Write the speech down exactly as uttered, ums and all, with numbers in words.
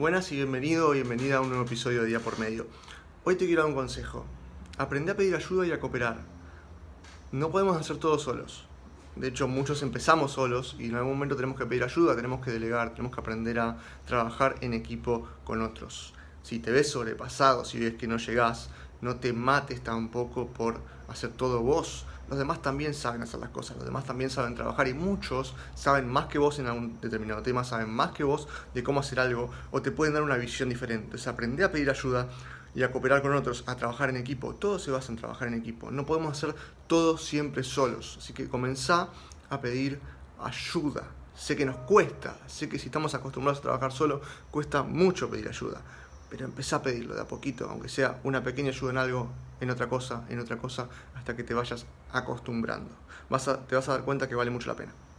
Buenas y bienvenido o bienvenida a un nuevo episodio de Día por Medio. Hoy te quiero dar un consejo. Aprende a pedir ayuda y a cooperar. No podemos hacer todo solos. De hecho, muchos empezamos solos y en algún momento tenemos que pedir ayuda, tenemos que delegar, tenemos que aprender a trabajar en equipo con otros. Si te ves sobrepasado, si ves que no llegás, no te mates tampoco por hacer todo vos. Los demás también saben hacer las cosas, los demás también saben trabajar y muchos saben más que vos en algún determinado tema, saben más que vos de cómo hacer algo o te pueden dar una visión diferente. Entonces aprende a pedir ayuda y a cooperar con otros, a trabajar en equipo. Todo se basa en trabajar en equipo. No podemos hacer todo siempre solos. Así que comenzá a pedir ayuda. Sé que nos cuesta, sé que si estamos acostumbrados a trabajar solo, cuesta mucho pedir ayuda. Pero empezá a pedirlo de a poquito, aunque sea una pequeña ayuda en algo, en otra cosa, en otra cosa, hasta que te vayas acostumbrando. Vas a, te vas a dar cuenta que vale mucho la pena.